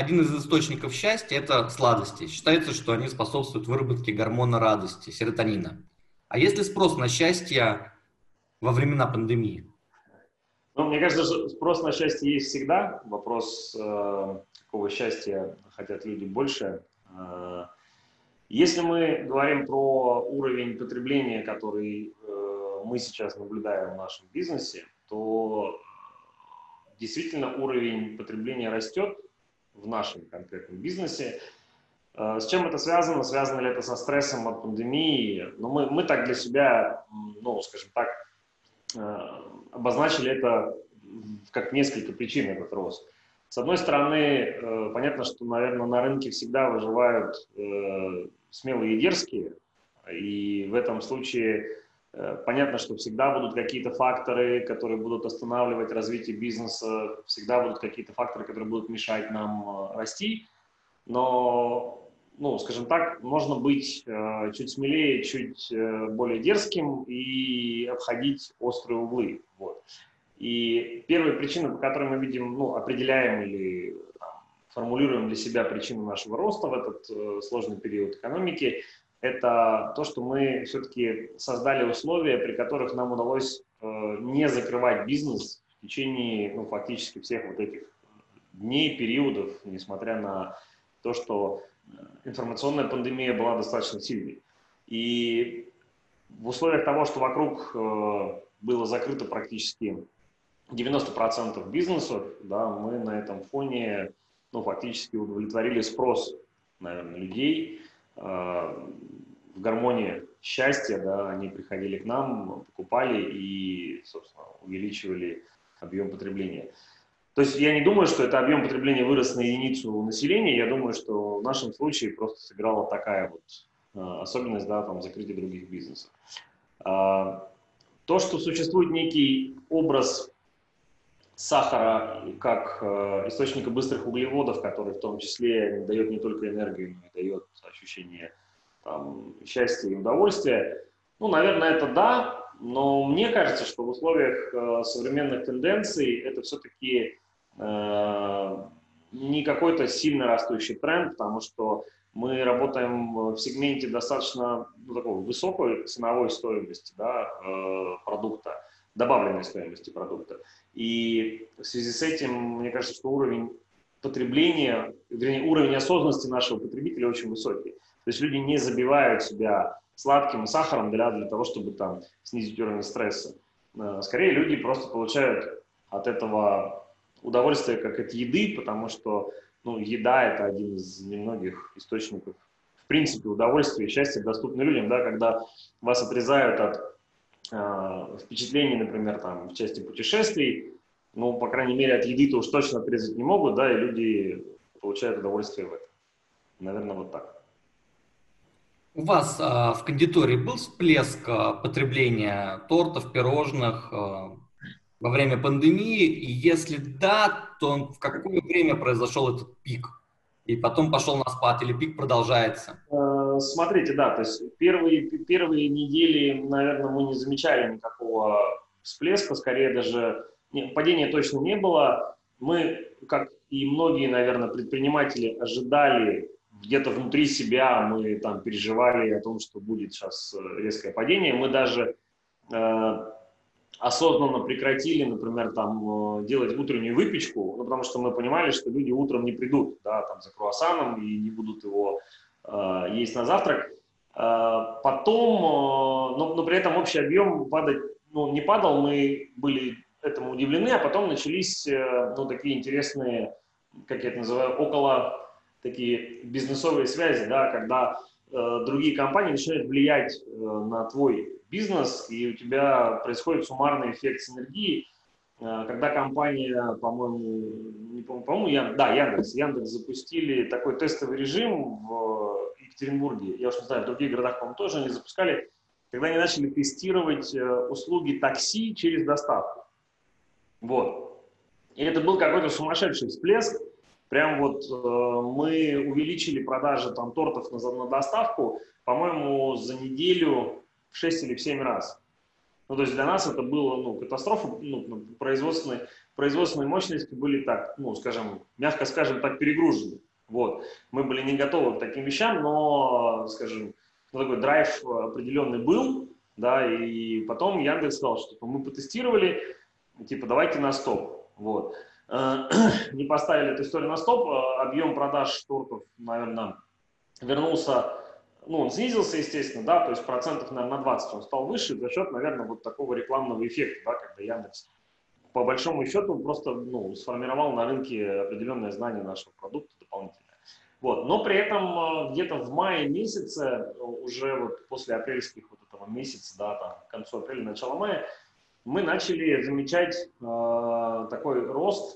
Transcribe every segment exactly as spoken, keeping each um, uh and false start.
один из источников счастья – это сладости. Считается, что они способствуют выработке гормона радости, серотонина. А есть ли спрос на счастье во времена пандемии? Ну, мне кажется, что спрос на счастье есть всегда. Вопрос, э, какого счастья хотят люди больше. Э, если мы говорим про уровень потребления, который э, мы сейчас наблюдаем в нашем бизнесе, то действительно уровень потребления растет в нашем конкретном бизнесе. Э, С чем это связано? Связано ли это со стрессом от пандемии? Ну, мы, мы так для себя, ну, скажем так, э, обозначили это как несколько причин, этот рост. С одной стороны, э, понятно, что, наверное, на рынке всегда выживают э, смелые и дерзкие, и в этом случае э, понятно, что всегда будут какие-то факторы, которые будут останавливать развитие бизнеса, всегда будут какие-то факторы, которые будут мешать нам э, расти, но, ну, скажем так, можно быть э, чуть смелее, чуть э, более дерзким и обходить острые углы. Вот. И первая причина, по которой мы видим, ну, определяем или там, формулируем для себя причину нашего роста в этот э, сложный период экономики, это то, что мы все-таки создали условия, при которых нам удалось э, не закрывать бизнес в течение, ну, фактически всех вот этих дней, периодов, несмотря на то, что информационная пандемия была достаточно сильной. И в условиях того, что вокруг э, было закрыто практически девяносто процентов бизнесов, да, мы на этом фоне, ну, фактически удовлетворили спрос, наверное, людей э, в гармонии счастья, да, они приходили к нам, покупали и, собственно, увеличивали объем потребления. То есть я не думаю, что это объем потребления вырос на единицу населения, я думаю, что в нашем случае просто сыграла такая вот э, особенность, да, там, закрытия других бизнесов. А, то, что существует некий образ сахара как э, источника быстрых углеводов, который в том числе дает не только энергию, но и дает ощущение там, счастья и удовольствия. Ну, наверное, это да, но мне кажется, что в условиях э, современных тенденций это все-таки э, не какой-то сильно растущий тренд, потому что мы работаем в сегменте достаточно ну, такой высокой ценовой стоимости, да, э, продукта, добавленной стоимости продукта. И в связи с этим, мне кажется, что уровень потребления, вернее, уровень осознанности нашего потребителя очень высокий. То есть люди не забивают себя сладким и сахаром для, для того, чтобы там снизить уровень стресса. Скорее, люди просто получают от этого удовольствие как от еды, потому что ну, еда – это один из немногих источников, в принципе, удовольствия и счастья, доступны людям, да, когда вас отрезают от э, впечатлений, например, там, в части путешествий, ну, по крайней мере, от еды-то уж точно отрезать не могут, да, и люди получают удовольствие в этом. Наверное, вот так. У вас а, в кондитерии был всплеск а, потребления тортов, пирожных а, во время пандемии? И если да, то в какое время произошел этот пик? И потом пошел на спад, или пик продолжается? Смотрите, да, то есть первые, первые недели, наверное, мы не замечали никакого всплеска, скорее даже не, падения точно не было. Мы, как и многие, наверное, предприниматели, ожидали где-то внутри себя, мы там переживали о том, что будет сейчас резкое падение. Мы даже э, осознанно прекратили, например, там, делать утреннюю выпечку, ну, потому что мы понимали, что люди утром не придут, да, там, за круассаном и не будут его э, есть на завтрак. Э, потом, э, но, но при этом общий объем падать, ну, не падал, мы были этому удивлены, а потом начались, э, ну, такие интересные, как я это называю, около такие бизнесовые связи, да, когда э, другие компании начинают влиять э, на твой бизнес, и у тебя происходит суммарный эффект синергии, э, когда компания, по-моему, не помню, по-моему, Ян, да, Яндекс, Яндекс запустили такой тестовый режим в Екатеринбурге, я уж не знаю, в других городах, по-моему, тоже они запускали, когда они начали тестировать э, услуги такси через доставку. Вот. И это был какой-то сумасшедший всплеск. Прям вот э, мы увеличили продажи там тортов на, на доставку, по-моему, за неделю в шесть или в семь раз. Ну, то есть для нас это было, ну, катастрофа, ну, производственные, производственные мощности были так, ну, скажем, мягко скажем, так перегружены. Вот. Мы были не готовы к таким вещам, но, скажем, ну, такой драйв определенный был, да, и потом Яндекс сказал, что мы потестировали, типа, давайте на стоп. Вот. Не поставили эту историю на стоп, объем продаж тортов, наверное, вернулся, ну, он снизился, естественно, да, то есть процентов, наверное, на двадцать он стал выше за счет, наверное, вот такого рекламного эффекта, да, когда Яндекс по большому счету просто, ну, сформировал на рынке определенное знание нашего продукта дополнительное. Вот. Но при этом где-то в мае месяце, уже вот после апрельских вот этого месяца, да, там, к концу апреля, начало мая, мы начали замечать э, такой рост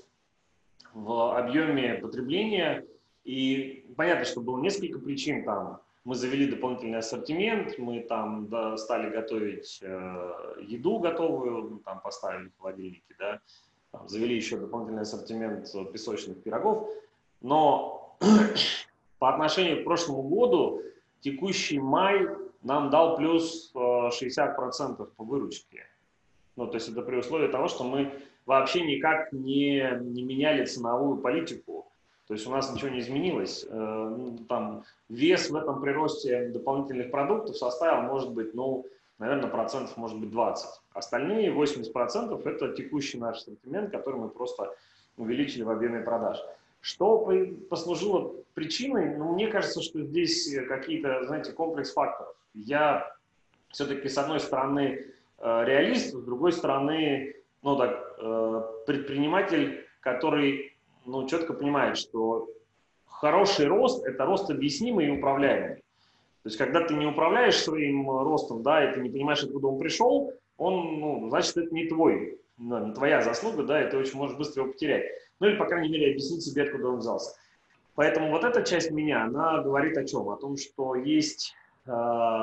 в объеме потребления. И понятно, что было несколько причин там. Мы завели дополнительный ассортимент, мы там, да, стали готовить э, еду готовую, там поставили в холодильники, да, там, завели еще дополнительный ассортимент песочных пирогов. Но по отношению к прошлому году текущий май нам дал плюс шестьдесят процентов по выручке. Ну, то есть это при условии того, что мы вообще никак не, не меняли ценовую политику. То есть у нас ничего не изменилось. Там вес в этом приросте дополнительных продуктов составил, может быть, ну, наверное, процентов, может быть, двадцать. Остальные восемьдесят процентов это текущий наш ассортимент, который мы просто увеличили в объеме продаж. Что послужило причиной? Ну, мне кажется, что здесь какие-то, знаете, комплекс факторов. Я все-таки, с одной стороны, реалист, с другой стороны, ну, так, предприниматель, который, ну, четко понимает, что хороший рост – это рост объяснимый и управляемый. То есть, когда ты не управляешь своим ростом, да, и ты не понимаешь, откуда он пришел, он, ну, значит, это не твой, ну, не твоя заслуга, да, и ты очень можешь быстро его потерять. Ну, или, по крайней мере, объяснить себе, откуда он взялся. Поэтому вот эта часть меня, она говорит о чем? О том, что есть э,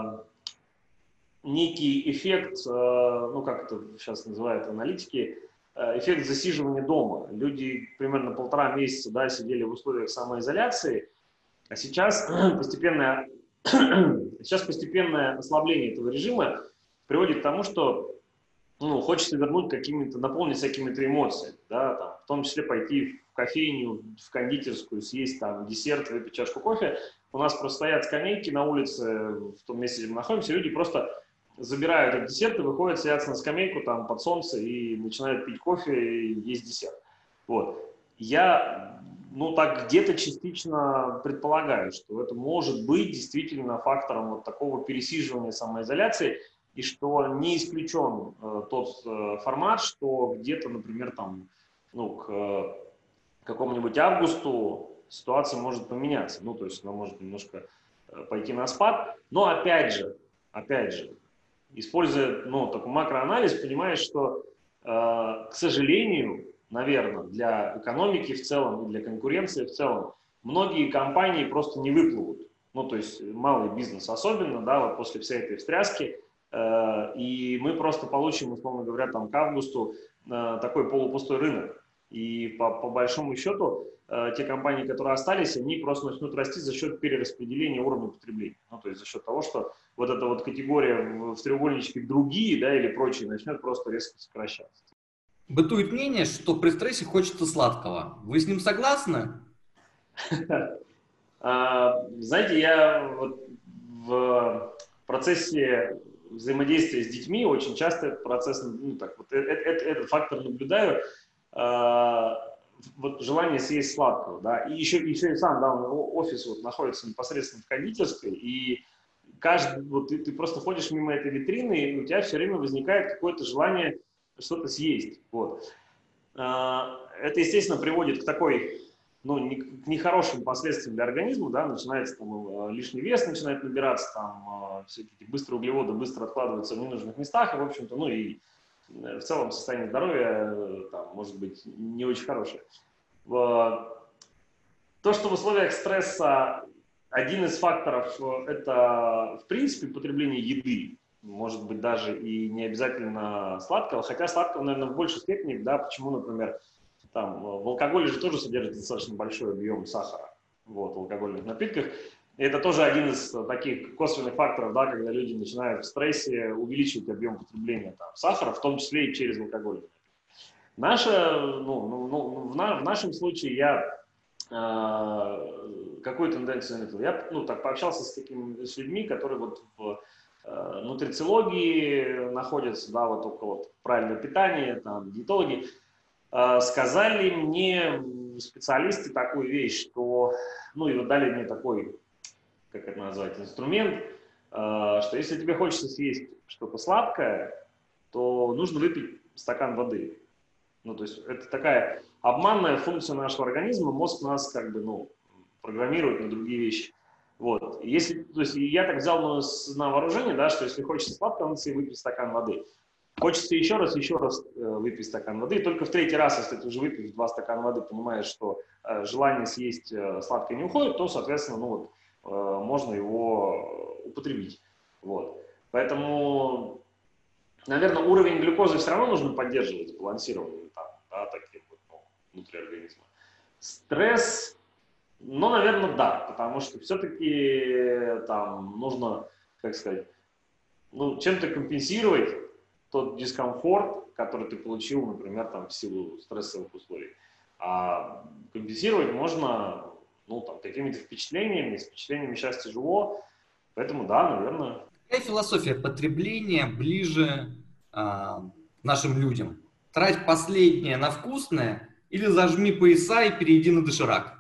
некий эффект, э, ну, как это сейчас называют аналитики, э, эффект засиживания дома. Люди примерно полтора месяца, да, сидели в условиях самоизоляции, а сейчас постепенное, сейчас постепенное ослабление этого режима приводит к тому, что, ну, хочется вернуть какими-то, наполнить какими-то эмоциями, да, там, в том числе пойти в кофейню, в кондитерскую, съесть там десерт, выпить чашку кофе. У нас просто стоят скамейки на улице, в том месте, где мы находимся, люди просто забирают этот десерт и выходят, садятся на скамейку там под солнце и начинают пить кофе и есть десерт. Вот. Я, ну, так где-то частично предполагаю, что это может быть действительно фактором вот такого пересиживания самоизоляции, и что не исключен э, тот э, формат, что где-то, например, там, ну, к э, какому-нибудь августу ситуация может поменяться. Ну, то есть она может немножко э, пойти на спад. Но опять же, опять же, используя, ну, такой макроанализ, понимаешь, что, э, к сожалению, наверное, для экономики в целом и для конкуренции в целом многие компании просто не выплывут. Ну, то есть малый бизнес особенно, да, вот после всей этой встряски. И мы просто получим, условно говоря, там, к августу такой полупустой рынок. И по, по большому счету те компании, которые остались, они просто начнут расти за счет перераспределения уровня потребления. Ну, то есть за счет того, что вот эта вот категория в, в треугольничке «другие», да, или прочие начнет просто резко сокращаться. Бытует мнение, что при стрессе хочется сладкого. Вы с ним согласны? Знаете, я вот в процессе взаимодействия с детьми очень часто этот процесс, ну, так, вот этот, этот фактор наблюдаю, вот желание съесть сладкого, да, и еще, еще и сам, да, офис вот находится непосредственно в кондитерской, и каждый, вот ты, ты просто ходишь мимо этой витрины, и у тебя все время возникает какое-то желание что-то съесть, вот. Это, естественно, приводит к такой, ну, не, к нехорошим последствиям для организма, да, начинается там лишний вес, начинает набираться, там всякие быстрые углеводы быстро откладываются в ненужных местах, и, в общем-то, ну, и в целом состояние здоровья, там, может быть, не очень хорошее. То, что в условиях стресса один из факторов – это, в принципе, потребление еды, может быть, даже и не обязательно сладкого, хотя сладкого, наверное, в большей степени, да, почему, например, там, в алкоголе же тоже содержится достаточно большой объем сахара, вот, в алкогольных напитках. это тоже один из таких косвенных факторов, да, когда люди начинают в стрессе увеличивать объем потребления там, сахара, в том числе и через алкоголь. Наша, ну, ну, ну, в, на, в нашем случае я э, какую тенденцию заметил? Я ну, так, пообщался с такими с людьми, которые вот в э, нутрициологии находятся, да, вот около правильного питания, там, диетологи, э, сказали мне специалисты такую вещь, что, ну, и вот дали мне такой, как это назвать, инструмент, э, что если тебе хочется съесть что-то сладкое, то нужно выпить стакан воды. Ну, то есть это такая обманная функция нашего организма, мозг нас как бы, ну, программирует на другие вещи. Вот. Если, то есть я так взял на, на вооружение, да, что если хочется сладкого, надо себе выпить стакан воды. Хочется еще раз, еще раз э, выпить стакан воды. И только в третий раз, если ты уже выпив два стакана воды, понимаешь, что э, желание съесть э, сладкое не уходит, то, соответственно, ну вот, э, можно его употребить. Вот. Поэтому, наверное, уровень глюкозы все равно нужно поддерживать, сбалансированным там, да, таким вот, ну, внутри организма. Стресс, ну, наверное, да, потому что все-таки там нужно, как сказать, ну, чем-то компенсировать тот дискомфорт, который ты получил, например, там, в силу стрессовых условий. А компенсировать можно, ну, там, какими-то впечатлениями, с впечатлениями сейчас тяжело, поэтому, да, наверное. Какая философия потребления ближе а, нашим людям? Трать последнее на вкусное или зажми пояса и перейди на доширак?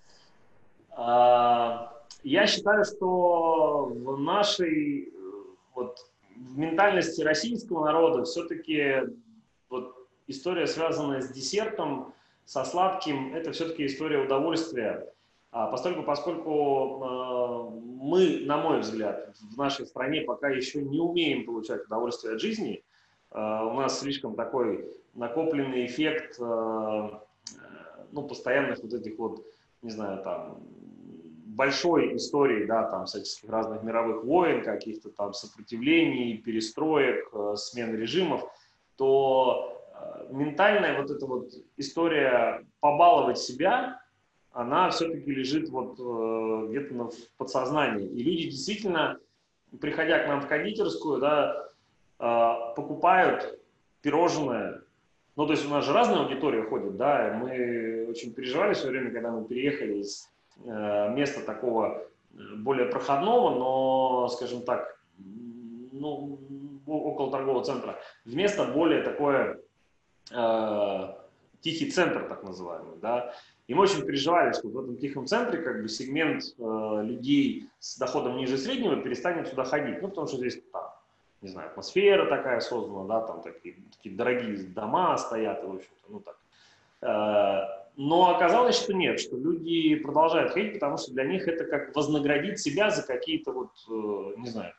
А, я считаю, что в нашей вот, в ментальности российского народа все-таки вот, история, связанная с десертом, со сладким, это все-таки история удовольствия. А постольку, поскольку э, мы, на мой взгляд, в нашей стране пока еще не умеем получать удовольствие от жизни, э, у нас слишком такой накопленный эффект э, ну, постоянных вот этих вот, не знаю, там, большой истории, да, там, всяческих разных мировых войн, каких-то там сопротивлений, перестроек, э, смен режимов, то э, ментальная вот эта вот история побаловать себя, она все-таки лежит вот э, где-то в подсознании. И люди действительно, приходя к нам в кондитерскую, да, э, покупают пирожное. Ну, то есть у нас же разная аудитория ходит, да, мы очень переживали в свое время, когда мы переехали из место такого более проходного, но, скажем так, ну, около торгового центра, в место более такое э, тихий центр, так называемый, да. И мы очень переживали, что в этом тихом центре как бы сегмент э, людей с доходом ниже среднего перестанет сюда ходить, ну, потому что здесь там, не знаю, атмосфера такая создана, да, там такие, такие дорогие дома стоят, и, в общем-то, ну, так. Э, Но оказалось, что нет, что люди продолжают ходить, потому что для них это как вознаградить себя за какие-то вот, не знаю,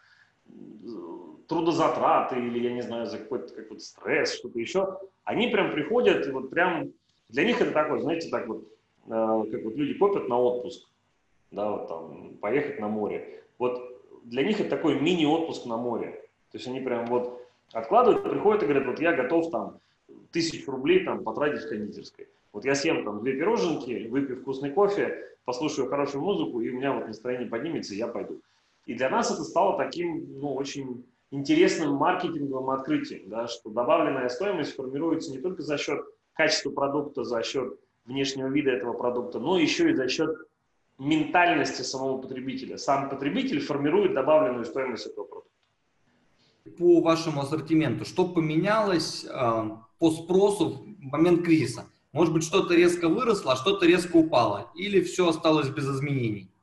трудозатраты или, я не знаю, за какой-то какой стресс, что-то еще. Они прям приходят, и вот прям для них это такое, знаете, так вот, как вот люди копят на отпуск, да, вот там, поехать на море. Вот для них это такой мини-отпуск на море. То есть они прям вот откладывают, приходят и говорят, вот я готов там тысячу рублей там потратить в кондитерской. Вот я съем там две пироженки, выпью вкусный кофе, послушаю хорошую музыку, и у меня вот настроение поднимется, и я пойду. И для нас это стало таким, ну, очень интересным маркетинговым открытием, да, что добавленная стоимость формируется не только за счет качества продукта, за счет внешнего вида этого продукта, но еще и за счет ментальности самого потребителя. Сам потребитель формирует добавленную стоимость этого продукта. По вашему ассортименту, что поменялось э, по спросу в момент кризиса? Может быть, что-то резко выросло, а что-то резко упало? Или все осталось без изменений?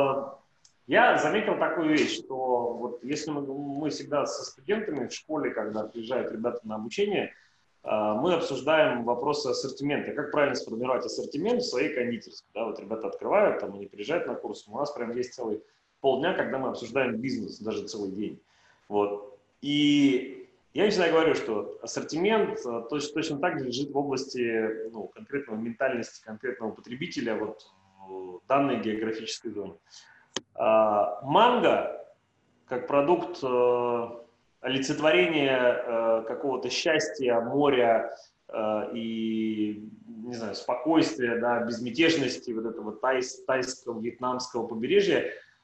Я заметил такую вещь, что вот если мы, мы всегда со студентами в школе, когда приезжают ребята на обучение, мы обсуждаем вопросы ассортимента, как правильно сформировать ассортимент в своей кондитерской. Да, вот ребята открывают, там они приезжают на курс, у нас прям есть целый полдня, когда мы обсуждаем бизнес, даже целый день. Вот. И я всегда говорю, что ассортимент точно, точно так же лежит в области ну, конкретного ментальности, конкретного потребителя вот, в данной географической зоне. Манго, как продукт э, олицетворения э, какого-то счастья, моря э, и, не знаю, спокойствия, да, безмятежности вот этого тайс, тайского, вьетнамского побережья,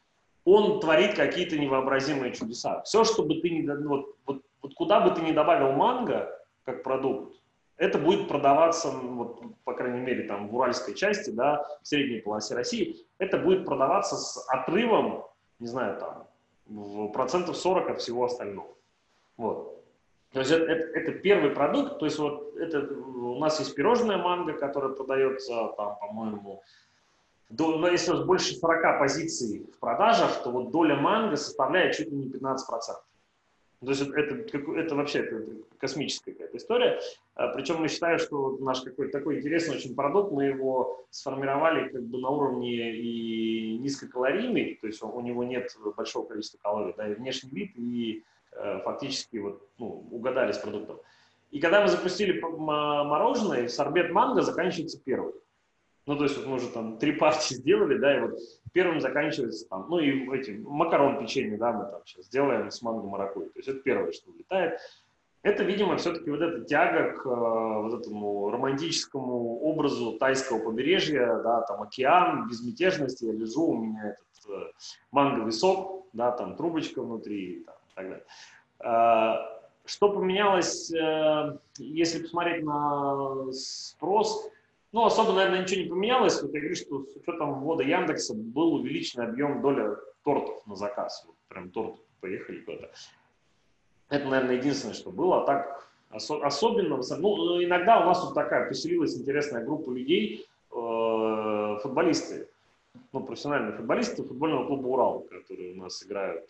он творит какие-то невообразимые чудеса. Все, что бы ты не, вот, вот, вот куда бы ты ни добавил манго как продукт, это будет продаваться, вот, по крайней мере, там, в уральской части, да, в средней полосе России, это будет продаваться с отрывом, не знаю, там, в процентов сорок от всего остального. Вот. То есть это, это, это первый продукт, то есть вот это, у нас есть пирожное манго, которое продается, там, по-моему, до, ну, если у нас больше сорока позиций в продажах, то вот доля манго составляет чуть ли не пятнадцать процентов. То есть это, это, это вообще это космическая какая-то история. Причем мы считаем, что наш какой-то такой интересный очень продукт, мы его сформировали как бы на уровне и низкокалорийный, то есть у него нет большого количества калорий, да, и внешний вид, и э, фактически вот, ну, угадали с продуктом. И когда мы запустили мороженое, сорбет манго заканчивается первый. Ну, то есть вот мы уже там три партии сделали, да, и вот первым заканчивается там, ну, и эти макарон печенье, да, мы там сейчас сделаем с манго-маракуйей. То есть это первое, что улетает. Это, видимо, все-таки вот эта тяга к э, вот этому романтическому образу тайского побережья, да, там океан, безмятежности, я лежу, у меня этот э, манговый сок, да, там трубочка внутри, там, и так далее. Э, что поменялось, э, если посмотреть на спрос? Ну, особо, наверное, ничего не поменялось. Вот я говорю, что с учетом ввода Яндекса был увеличен объем доля тортов на заказ. Вот прям торты поехали куда-то. Это, наверное, единственное, что было. А так, осо- особенно, ну, иногда у нас тут такая поселилась интересная группа людей, э, футболисты, ну, профессиональные футболисты футбольного клуба «Урал», которые у нас играют.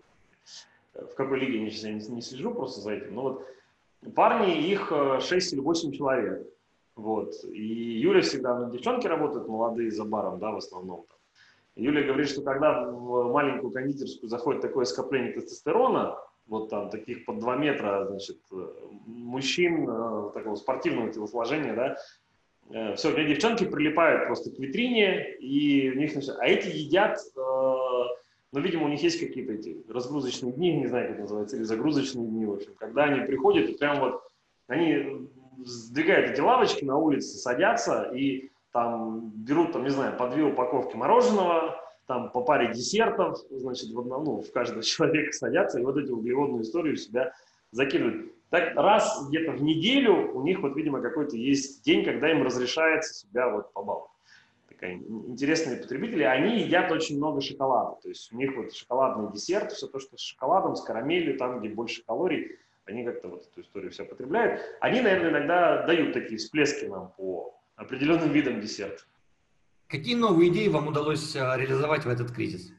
Э, в какой лиге, я сейчас не, не слежу просто за этим. Но вот парни, их шесть или восемь человек. Вот. И Юля всегда, ну, девчонки работают молодые за баром, да, в основном. Там. Юля говорит, что когда в маленькую кондитерскую заходит такое скопление тестостерона, вот там таких под два метра, значит, мужчин, такого спортивного телосложения, да, все, у меня девчонки прилипают просто к витрине, и у них начинают, а эти едят, ну, видимо, у них есть какие-то эти разгрузочные дни, не знаю, как это называется, или загрузочные дни, в общем, когда они приходят, и прям вот, они сдвигают эти лавочки на улице, садятся и там берут, там, не знаю, по две упаковки мороженого, там по паре десертов, значит, в одном, ну, в каждого человека садятся и вот эту углеводную историю себя закидывают. Так раз где-то в неделю у них вот, видимо, какой-то есть день, когда им разрешается себя вот побаловать. Такая интересные потребители, они едят очень много шоколада, то есть у них вот шоколадный десерт, все то, что с шоколадом, с карамелью, там, где больше калорий, они как-то вот эту историю все потребляют. Они, наверное, иногда дают такие всплески нам по определенным видам десерта. Какие новые идеи вам удалось реализовать в этот кризис?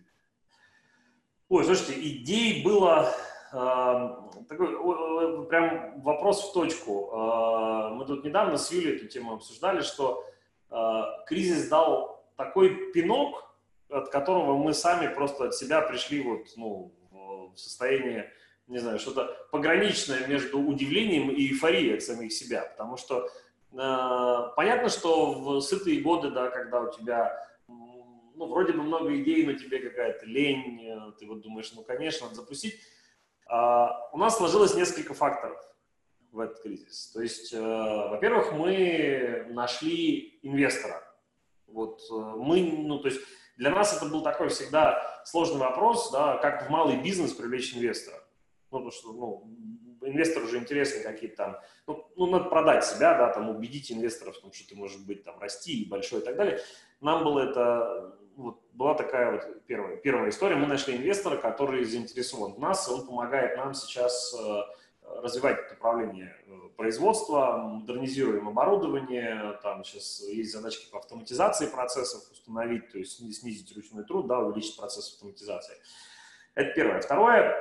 Ой, слушайте, идей было э, такой прям вопрос в точку. Э, мы тут недавно с Юлей эту тему обсуждали, что э, кризис дал такой пинок, от которого мы сами просто от себя пришли вот, ну, в состояние, не знаю, что-то пограничное между удивлением и эйфорией от самих себя. Потому что э, понятно, что в сытые годы, да, когда у тебя, ну, вроде бы много идей, но тебе какая-то лень, ты вот думаешь, ну, конечно, надо запустить. Э, у нас сложилось несколько факторов в этот кризис. То есть, э, во-первых, мы нашли инвестора. Вот э, мы, ну, то есть для нас это был такой всегда сложный вопрос, да, как в малый бизнес привлечь инвестора. Ну, потому что, ну, инвестору уже интересны какие-то там, ну, ну, надо продать себя, да, там, убедить инвесторов в том, что ты можешь быть, там, расти и большой и так далее. Нам было это, вот, была такая вот первая, первая история. Мы нашли инвестора, который заинтересован в нас, и он помогает нам сейчас э, развивать это направление производства, модернизируем оборудование, там сейчас есть задачки по автоматизации процессов установить, то есть снизить ручной труд, да, увеличить процесс автоматизации. Это первое. Второе,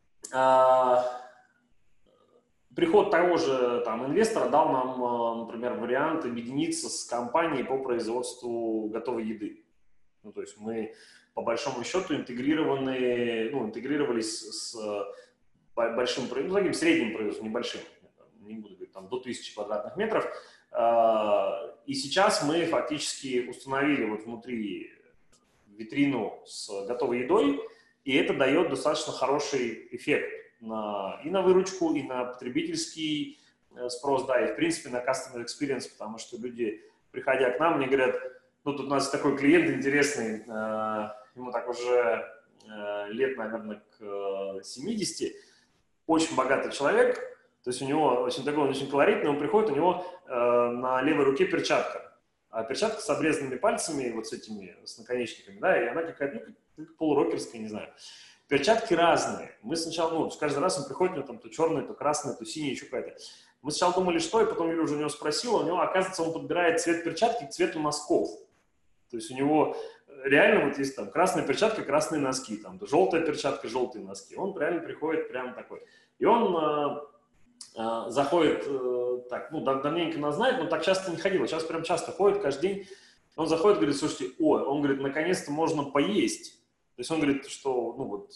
приход того же там инвестора дал нам, например, вариант объединиться с компанией по производству готовой еды. Ну, то есть мы по большому счету интегрированы, ну, интегрировались с большим, ну, таким средним производством, небольшим, не буду говорить, там, до тысячи квадратных метров. И сейчас мы фактически установили вот внутри витрину с готовой едой, и это дает достаточно хороший эффект на, и на выручку, и на потребительский спрос, да, и в принципе на customer experience, потому что люди, приходя к нам, мне говорят, ну тут у нас такой клиент интересный, ему так уже лет, наверное, к семидесяти, очень богатый человек, то есть у него очень такой, он очень колоритный, он приходит, у него на левой руке перчатка, а перчатка с обрезанными пальцами, вот с этими, с наконечниками, да, и она какая-то, ну, как полурокерская, не знаю. Перчатки разные. Мы сначала, ну, каждый раз он приходит, у него там то черная, то красная, то синяя, еще какая-то. Мы сначала думали, что, и потом Юля уже у него спросила, у него, оказывается, он подбирает цвет перчатки к цвету носков. То есть у него реально вот есть там красная перчатка, красные носки, там желтая перчатка, желтые носки. Он реально приходит прям такой. И он э, э, заходит, э, так, ну, давненько нас знает, но так часто не ходил. Сейчас прям часто ходит, каждый день. Он заходит, говорит, слушайте, ой, он говорит, наконец-то можно поесть. То есть он говорит, что, ну вот,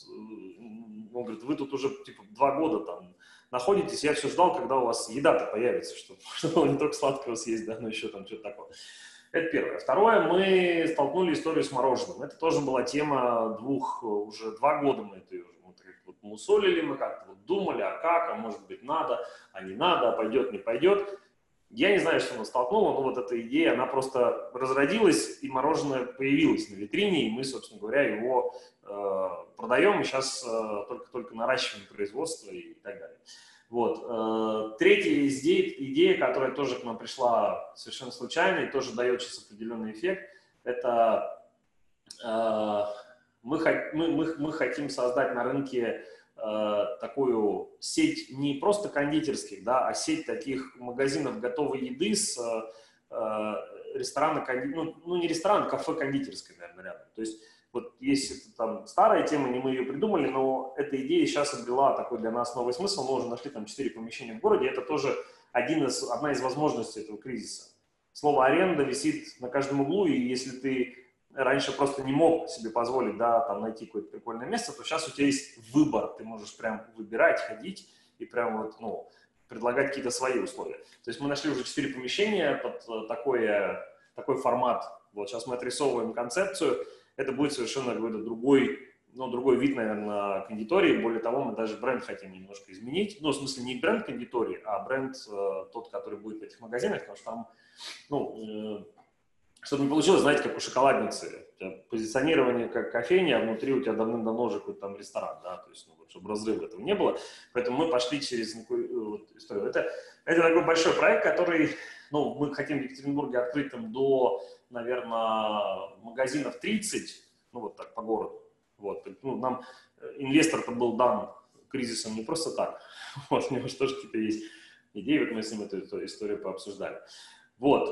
он говорит, вы тут уже типа два года там находитесь, я все ждал, когда у вас еда-то появится, чтобы, чтобы не только сладкого съесть, да, но еще там что-то такое. Это первое. Второе, мы столкнули историю с мороженым. Это тоже была тема двух, уже два года мы это вот, вот, мусолили, мы как-то вот думали, а как, а может быть надо, а не надо, а пойдет, не пойдет. Я не знаю, что нас столкнуло, но вот эта идея, она просто разродилась, и мороженое появилось на витрине, и мы, собственно говоря, его э, продаем, и сейчас э, только-только наращиваем производство и так далее. Вот. Э, третья идея, идея, которая тоже к нам пришла совершенно случайно и тоже дает сейчас определенный эффект, это э, мы, мы, мы, мы хотим создать на рынке такую сеть не просто кондитерских, да, а сеть таких магазинов готовой еды с э, ресторана, ну, ну не ресторан, кафе кондитерской, наверное, рядом. То есть вот есть это, там старая тема, не мы ее придумали, но эта идея сейчас обрела такой для нас новый смысл. Мы уже нашли там четыре помещения в городе, это тоже один из, одна из возможностей этого кризиса. Слово аренда висит на каждом углу, и если ты раньше просто не мог себе позволить, да, там найти какое-то прикольное место, то сейчас у тебя есть выбор, ты можешь прям выбирать, ходить и прям вот, ну, предлагать какие-то свои условия. То есть мы нашли уже четыре помещения под такое, такой формат. Вот сейчас мы отрисовываем концепцию, это будет совершенно какой-то другой, ну, другой вид, наверное, кондитории. Более того, мы даже бренд хотим немножко изменить. Ну, в смысле, не бренд кондитории, а бренд э, тот, который будет в этих магазинах, потому что там, ну, э, чтобы не получилось, знаете, как у шоколадницы. У тебя позиционирование как кофейня, а внутри у тебя давным-давно уже какой-то там ресторан, да, то есть, ну, вот, чтобы разрыва этого не было. Поэтому мы пошли через такую вот историю. Это, это такой большой проект, который, ну, мы хотим в Екатеринбурге открыть там до, наверное, магазинов тридцать, ну, вот так, по городу. Вот, ну, нам инвестор-то был дан кризисом не просто так. Вот, у него же тоже какие-то есть идеи, вот мы с ним эту, эту историю пообсуждали. Вот,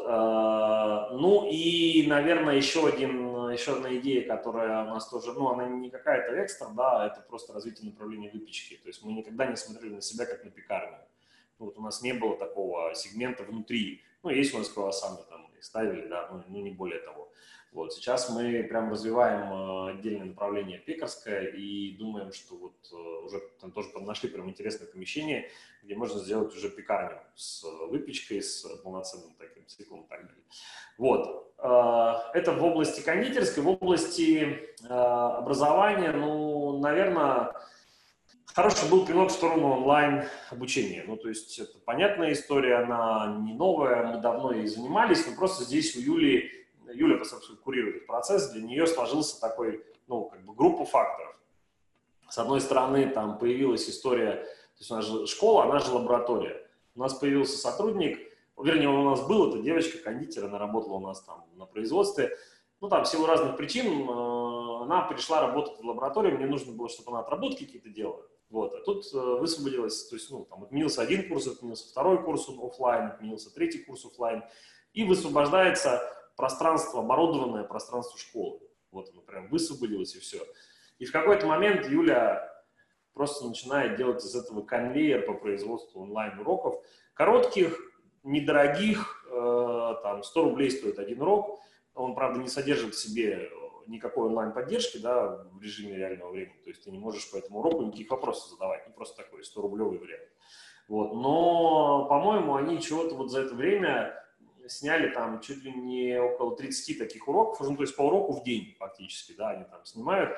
э, ну и, наверное, еще, один, еще одна идея, которая у нас тоже, ну, она не какая-то экстра, да, это просто развитие направления выпечки. То есть мы никогда не смотрели на себя как на пекарню. Ну, вот у нас не было такого сегмента внутри. Ну, есть у нас круассаны, там, их ставили, да, ну, ну не более того. Вот, сейчас мы прям развиваем отдельное направление пекарское и думаем, что вот уже там тоже нашли прям интересное помещение, где можно сделать уже пекарню с выпечкой, с полноценным таким циклом и так далее. Вот. Это в области кондитерской, в области образования, ну, наверное, хороший был пинок в сторону онлайн-обучения. Ну, то есть это понятная история, она не новая, мы давно ей занимались, но просто здесь у Юли Юля, по сути, курирует этот процесс, для нее сложился такой, ну, как бы группа факторов. С одной стороны, там появилась история, то есть у нас же школа, она же лаборатория. У нас появился сотрудник, вернее, у нас был, это девочка-кондитер, она работала у нас там на производстве. Ну, там, в силу разных причин, она пришла работать в лабораторию, мне нужно было, чтобы она отработки какие-то делала. Вот, а тут высвободилась, то есть, ну, там, отменился один курс, отменился второй курс офлайн, отменился третий курс офлайн, и высвобождается пространство, оборудованное пространство школы. Вот оно прям высвободилось и все. И в какой-то момент Юля просто начинает делать из этого конвейер по производству онлайн-уроков. Коротких, недорогих, э, там сто рублей стоит один урок. Он, правда, не содержит в себе никакой онлайн-поддержки, да, в режиме реального времени. То есть ты не можешь по этому уроку никаких вопросов задавать. Ну, просто такой сто-рублевый вариант. Вот. Но, по-моему, они чего-то вот за это время сняли там чуть ли не около тридцати таких уроков, ну, то есть по уроку в день фактически, да, они там снимают,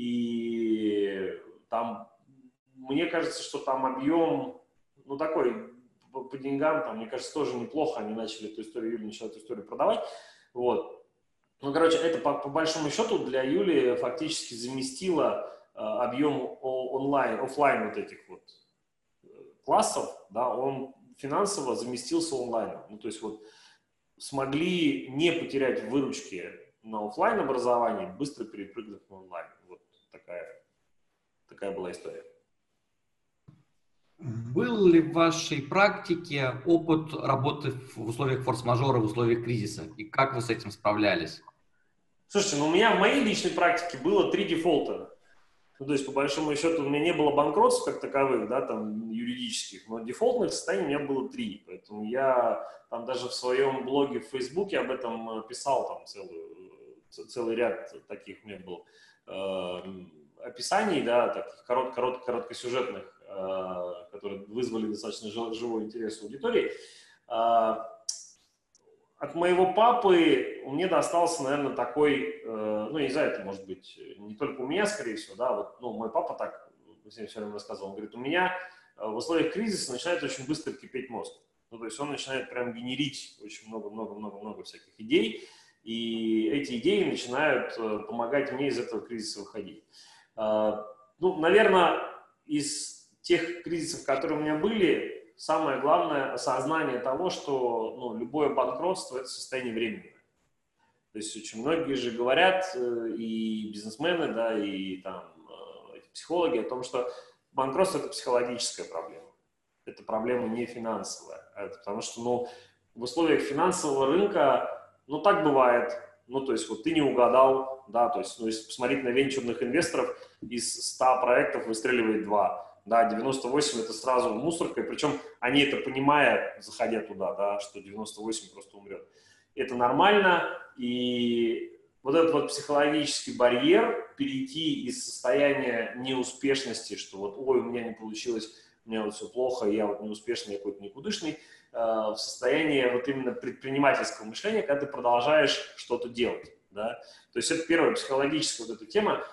и там, мне кажется, что там объем, ну, такой, по, по деньгам, там, мне кажется, тоже неплохо, они начали эту историю, Юля начала эту историю продавать, вот, Ну, короче, это по, по большому счету для Юли фактически заместило э, объем онлайн, офлайн вот этих вот классов, да, он финансово заместился онлайном. Ну, то есть вот смогли не потерять в выручке на офлайн образовании, быстро перепрыгнув на онлайн. Вот такая, такая была история. Был ли в вашей практике опыт работы в условиях форс-мажора, в условиях кризиса? И как вы с этим справлялись? Слушайте, ну у меня в моей личной практике было три дефолта. Ну, то есть, по большому счету, у меня не было банкротств как таковых, да, там, юридических, но дефолтных состояний у меня было три. Поэтому я там даже в своем блоге в Фейсбуке об этом писал, там, целую, целый ряд таких у меня был э, описаний, да, таких корот, корот, короткосюжетных, э, которые вызвали достаточно живой интерес у аудитории. Э, От моего папы мне достался, наверное, такой, э, ну, я не знаю, это может быть не только у меня, скорее всего, да, вот, ну, мой папа так всем все время рассказывал, он говорит, у меня в условиях кризиса начинает очень быстро кипеть мозг. Ну, то есть он начинает прям генерить очень много-много-много-много всяких идей, и эти идеи начинают помогать мне из этого кризиса выходить. Э, ну, наверное, из тех кризисов, которые у меня были, самое главное осознание того, что ну, любое банкротство – это состояние временное. То есть очень многие же говорят, и бизнесмены, да, и там, психологи о том, что банкротство – это психологическая проблема. Это проблема не финансовая. Это потому что ну, в условиях финансового рынка, ну так бывает. Ну то есть вот ты не угадал, да, то есть ну, если посмотреть на венчурных инвесторов, из ста проектов выстреливает два. Да, девяносто восемь это сразу мусорка, и причем они это понимая, заходя туда, да, что девяносто восемь просто умрет. Это нормально, и вот этот вот психологический барьер перейти из состояния неуспешности, что вот, ой, у меня не получилось, у меня вот все плохо, я вот неуспешный, я какой-то никудышный, в состояние вот именно предпринимательского мышления, когда ты продолжаешь что-то делать, да. То есть это первая психологическая вот эта тема.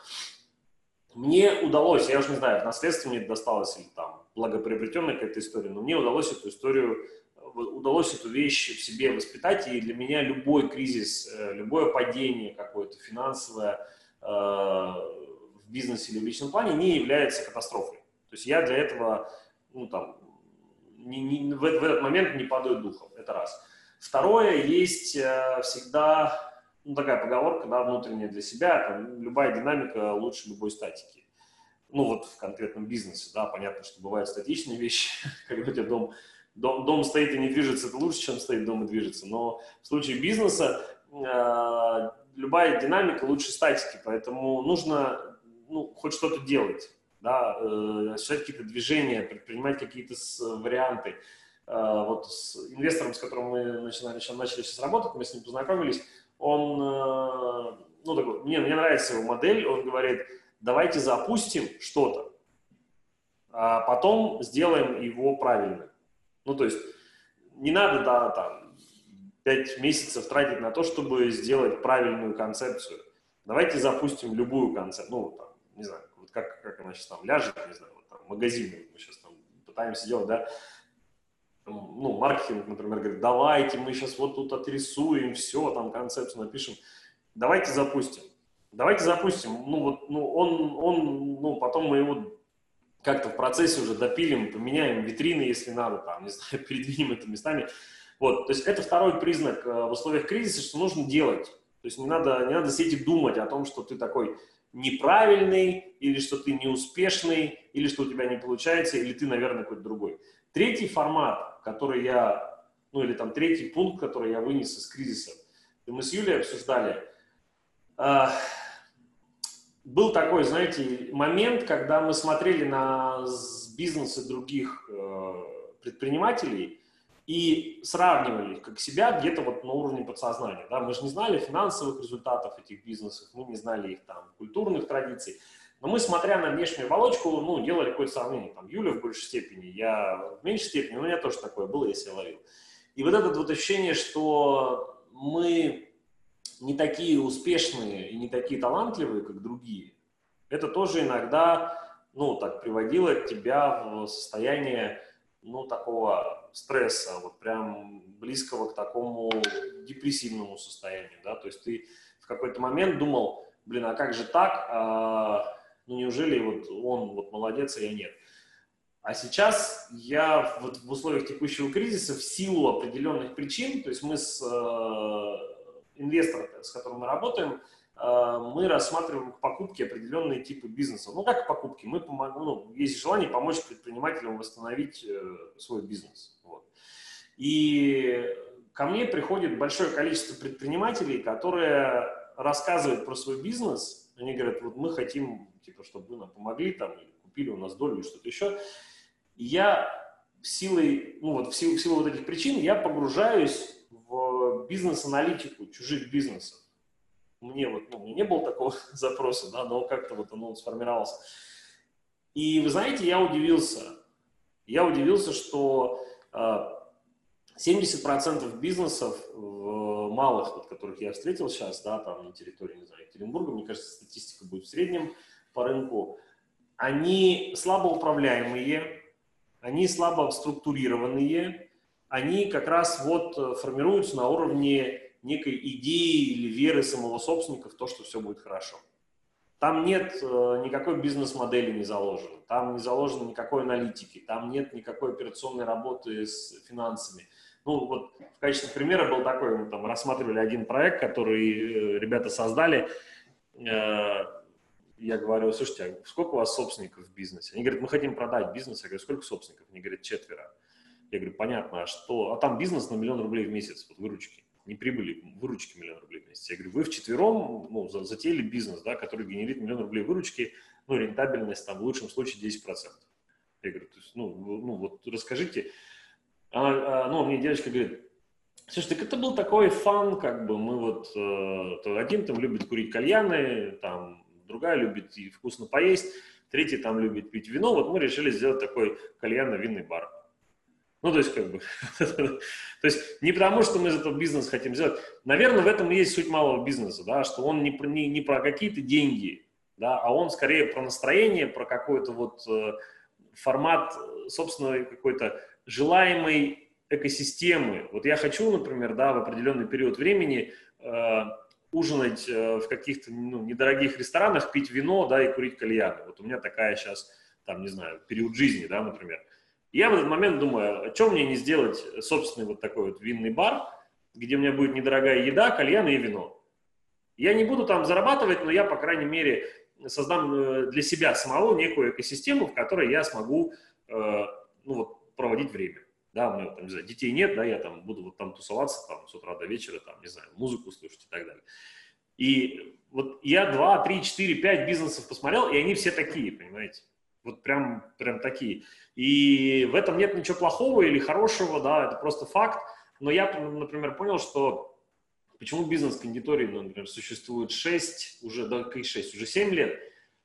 Мне удалось, я уже не знаю, наследство мне досталось или там благоприобретенная какая-то история, но мне удалось эту историю, удалось эту вещь в себе воспитать, и для меня любой кризис, любое падение какое-то финансовое э, в бизнесе или в личном плане не является катастрофой. То есть я для этого, ну там, не, не, в, в этот момент не падаю духом, это раз. Второе, есть э, всегда... Ну, такая поговорка, да, внутренняя для себя, там, любая динамика лучше любой статики. Ну, вот в конкретном бизнесе, да, понятно, что бывают статичные вещи, когда у тебя дом, дом, дом стоит и не движется, это лучше, чем стоит дом и движется. Но в случае бизнеса э, любая динамика лучше статики, поэтому нужно, ну, хоть что-то делать, да, э, осуществлять какие-то движения, предпринимать какие-то варианты. Э, вот с инвестором, с которым мы начинали, начали сейчас работать, мы с ним познакомились, он, ну, такой, мне, мне нравится его модель, он говорит, давайте запустим что-то, а потом сделаем его правильно. Ну, то есть не надо, да, там, пять месяцев тратить на то, чтобы сделать правильную концепцию. Давайте запустим любую концепцию, ну, там, не знаю, вот как, как она сейчас там ляжет, не знаю, вот там, магазины мы сейчас там пытаемся делать, да, ну, маркетинг, например, говорит, давайте мы сейчас вот тут отрисуем все, там концепцию напишем, давайте запустим, давайте запустим, ну вот, ну он, он, ну потом мы его как-то в процессе уже допилим, поменяем витрины, если надо, там, не знаю, передвинем это местами, вот, то есть это второй признак в условиях кризиса, что нужно делать, то есть не надо, не надо сидеть и думать о том, что ты такой неправильный, или что ты неуспешный, или что у тебя не получается, или ты, наверное, какой-то другой. Третий формат, который я, ну или там третий пункт, который я вынес из кризиса, и мы с Юлей обсуждали, э, был такой, знаете, момент, когда мы смотрели на бизнесы других э, предпринимателей и сравнивали как себя где-то вот на уровне подсознания. Да? Мы же не знали финансовых результатов этих бизнесов, мы не знали их там культурных традиций. Но мы, смотря на внешнюю оболочку, ну, делали какое-то сравнение. Там, Юля в большей степени, я в меньшей степени, но у меня тоже такое было, если я ловил. И вот это вот ощущение, что мы не такие успешные и не такие талантливые, как другие, это тоже иногда, ну, так приводило тебя в состояние, ну, такого стресса, вот прям близкого к такому депрессивному состоянию, да, то есть ты в какой-то момент думал, блин, а как же так? А, ну неужели вот он вот молодец, а я нет? А сейчас я вот в условиях текущего кризиса в силу определенных причин, то есть мы с э, инвестором, с которым мы работаем, э, мы рассматриваем к покупке определенные типы бизнеса. Ну как к покупке? Мы помогаем, ну, есть желание помочь предпринимателям восстановить э, свой бизнес. Вот. И ко мне приходит большое количество предпринимателей, которые рассказывают про свой бизнес. Они говорят, вот мы хотим, типа, чтобы вы нам помогли, там, или купили у нас долю или что-то еще. И я силой, ну вот в силу, в силу вот этих причин я погружаюсь в бизнес-аналитику чужих бизнесов. Мне вот, ну, не было такого запроса, да, но как-то вот оно сформировалось. И вы знаете, я удивился. Я удивился, что э, семьдесят процентов бизнесов в малых, вот, которых я встретил сейчас, да, там на территории, не знаю, Екатеринбурга, мне кажется, статистика будет в среднем по рынку, они слабо управляемые, они слабо структурированные, они как раз вот формируются на уровне некой идеи или веры самого собственника в то, что все будет хорошо. Там нет э, никакой бизнес-модели не заложено, там не заложено никакой аналитики, там нет никакой операционной работы с финансами. Ну вот в качестве примера был такой, мы там рассматривали один проект, который э, ребята создали. Э, Я говорю, слушайте, а сколько у вас собственников в бизнесе? Они говорят, мы хотим продать бизнес. Я говорю, сколько собственников? Они говорят, четверо. Я говорю, понятно, а что? А там бизнес на миллион рублей в месяц, вот выручки. Не прибыли, выручки миллион рублей в месяц. Я говорю, вы вчетвером ну, затеяли бизнес, да, который генерит миллион рублей выручки, ну, рентабельность там в лучшем случае десять процентов. Я говорю, то есть, ну, ну вот расскажите. А, а, ну, мне девочка говорит, слушай, так это был такой фан, как бы мы вот, э, один там любит курить кальяны, там, другая любит и вкусно поесть, третий там любит пить вино, вот мы решили сделать такой кальянно-винный бар. Ну, то есть, как бы, то есть, не потому, что мы из этого бизнес хотим сделать. Наверное, в этом и есть суть малого бизнеса, да, что он не, не, не про какие-то деньги, да, а он скорее про настроение, про какой-то вот э, формат, собственно, какой-то желаемой экосистемы. Вот я хочу, например, да, в определенный период времени э, ужинать э, в каких-то ну, недорогих ресторанах, пить вино, да, и курить кальяны. Вот у меня такая сейчас, там, не знаю, период жизни, да, например. И я в этот момент думаю, а что мне не сделать собственный вот такой вот винный бар, где у меня будет недорогая еда, кальяны и вино. Я не буду там зарабатывать, но я, по крайней мере, создам для себя самого некую экосистему, в которой я смогу э, ну, вот, проводить время. Да, у меня там, не знаю, детей нет, да, я там буду вот там тусоваться там, с утра до вечера, там, не знаю, музыку слушать и так далее. И вот я два, три, четыре, пять бизнесов посмотрел, и они все такие, понимаете? Вот прям, прям такие. И в этом нет ничего плохого или хорошего, да, это просто факт. Но я, например, понял, что почему бизнес-кондитории, ну, например, существует шесть, уже, да, какие шесть, уже семь лет.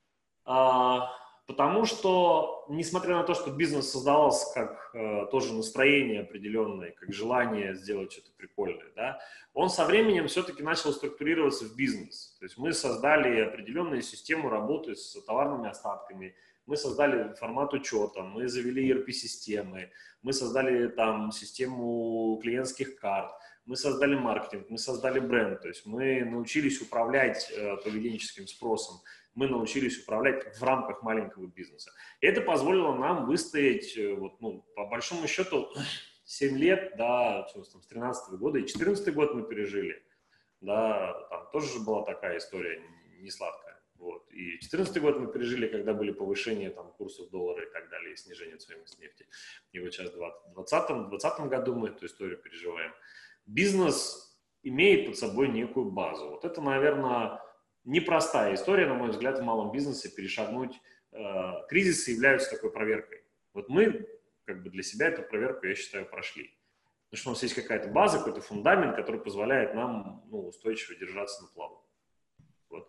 А, потому что, несмотря на то, что бизнес создавался как э, тоже настроение определенное, как желание сделать что-то прикольное, да, он со временем все-таки начал структурироваться в бизнес. То есть мы создали определенную систему работы с товарными остатками, мы создали формат учета, мы завели и эр пи-системы, мы создали там систему клиентских карт, мы создали маркетинг, мы создали бренд, то есть мы научились управлять э, поведенческим спросом, мы научились управлять в рамках маленького бизнеса. И это позволило нам выстоять, вот, ну, по большому счету, семь лет, да, что, там, с тринадцатого года, и четырнадцатый год мы пережили, да, там тоже была такая история не сладкая. Вот. И четырнадцатый год мы пережили, когда были повышения там, курсов доллара и так далее, и снижение стоимости нефти. И вот сейчас в двадцатом году мы эту историю переживаем. Бизнес имеет под собой некую базу. Вот это, наверное, непростая история, на мой взгляд, в малом бизнесе перешагнуть. Э, кризисы являются такой проверкой. Вот мы как бы для себя эту проверку, я считаю, прошли. Потому что у нас есть какая-то база, какой-то фундамент, который позволяет нам ну, устойчиво держаться на плаву. Вот.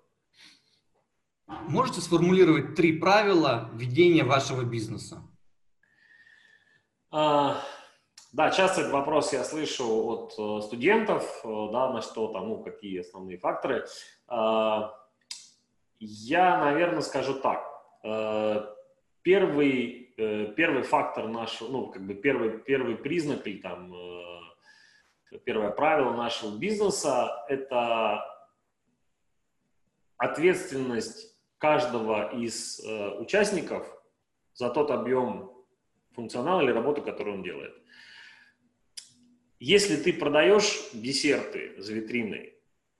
Можете сформулировать три правила ведения вашего бизнеса? А, да, часто этот вопрос я слышу от э, студентов, э, да, на что там, ну, какие основные факторы. А, я, наверное, скажу так. Э, первый, э, первый фактор нашего, ну, как бы первый, первый признак или там э, первое правило нашего бизнеса – это ответственность каждого из э, участников за тот объем функционала или работы, которую он делает. Если ты продаешь десерты за витриной,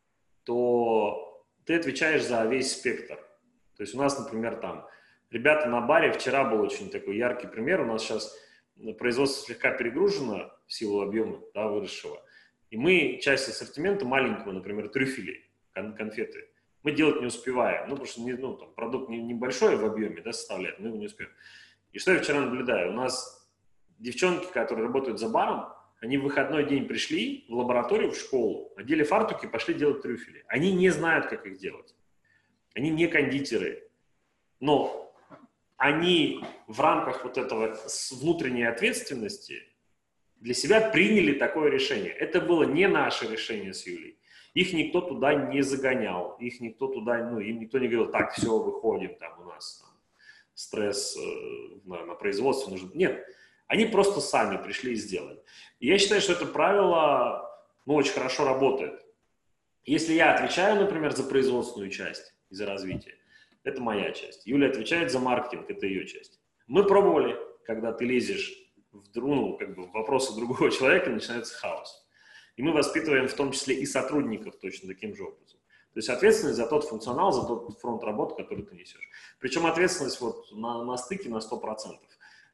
то ты отвечаешь за весь спектр. То есть у нас, например, там ребята на баре, вчера был очень такой яркий пример, у нас сейчас производство слегка перегружено в силу объема, да, выросшего, и мы часть ассортимента маленького, например, трюфелей, кон- конфеты, мы делать не успеваем, ну, потому что не, ну, там, продукт не, небольшой в объеме, да, составляет, мы его не успеем. И что я вчера наблюдаю? У нас девчонки, которые работают за баром, они в выходной день пришли в лабораторию, в школу, надели фартуки, пошли делать трюфели. Они не знают, как их делать. Они не кондитеры. Но они в рамках вот этого внутренней ответственности для себя приняли такое решение. Это было не наше решение с Юлей. Их никто туда не загонял. Их никто туда, ну, им никто не говорил, так, все, выходим, там у нас там, стресс э, на, на производстве нужен. Нет. Они просто сами пришли и сделали. И я считаю, что это правило, ну, очень хорошо работает. Если я отвечаю, например, за производственную часть и за развитие, это моя часть. Юля отвечает за маркетинг, это ее часть. Мы пробовали, когда ты лезешь в, ну, как бы в вопросы другого человека, начинается хаос. И мы воспитываем в том числе и сотрудников точно таким же образом. То есть ответственность за тот функционал, за тот фронт работы, который ты несешь. Причем ответственность вот на, на стыке на сто процентов.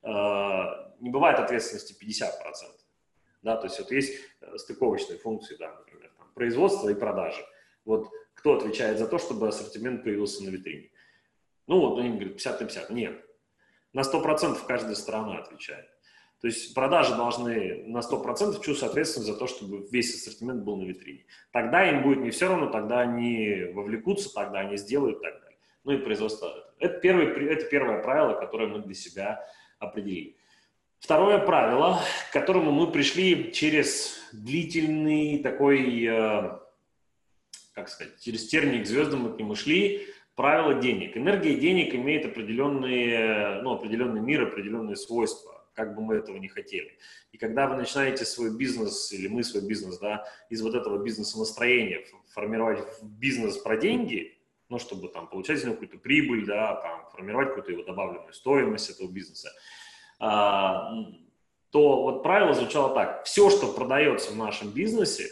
Не бывает ответственности пятьдесят процентов. Да, то есть вот есть стыковочные функции, да, например, там, производство и продажи. Вот кто отвечает за то, чтобы ассортимент появился на витрине? Ну вот они говорят пятьдесят на пятьдесят. Нет. На сто процентов каждая сторона отвечает. То есть продажи должны на сто процентов чувствовать ответственность за то, чтобы весь ассортимент был на витрине. Тогда им будет не все равно, тогда они вовлекутся, тогда они сделают и так далее. Ну и производство. Это, первый, это первое правило, которое мы для себя определили. Второе правило, к которому мы пришли через длительный такой, э, как сказать, через тернии к звездам мы к нему шли, правило денег. Энергия денег имеет определенные, ну, определенный мир, определенные свойства, как бы мы этого не хотели. И когда вы начинаете свой бизнес, или мы свой бизнес, да, из вот этого бизнеса-настроения формировать бизнес про деньги, ну, чтобы там получать из него какую-то прибыль, да, там, формировать какую-то его добавленную стоимость этого бизнеса, а, то вот правило звучало так. Все, что продается в нашем бизнесе,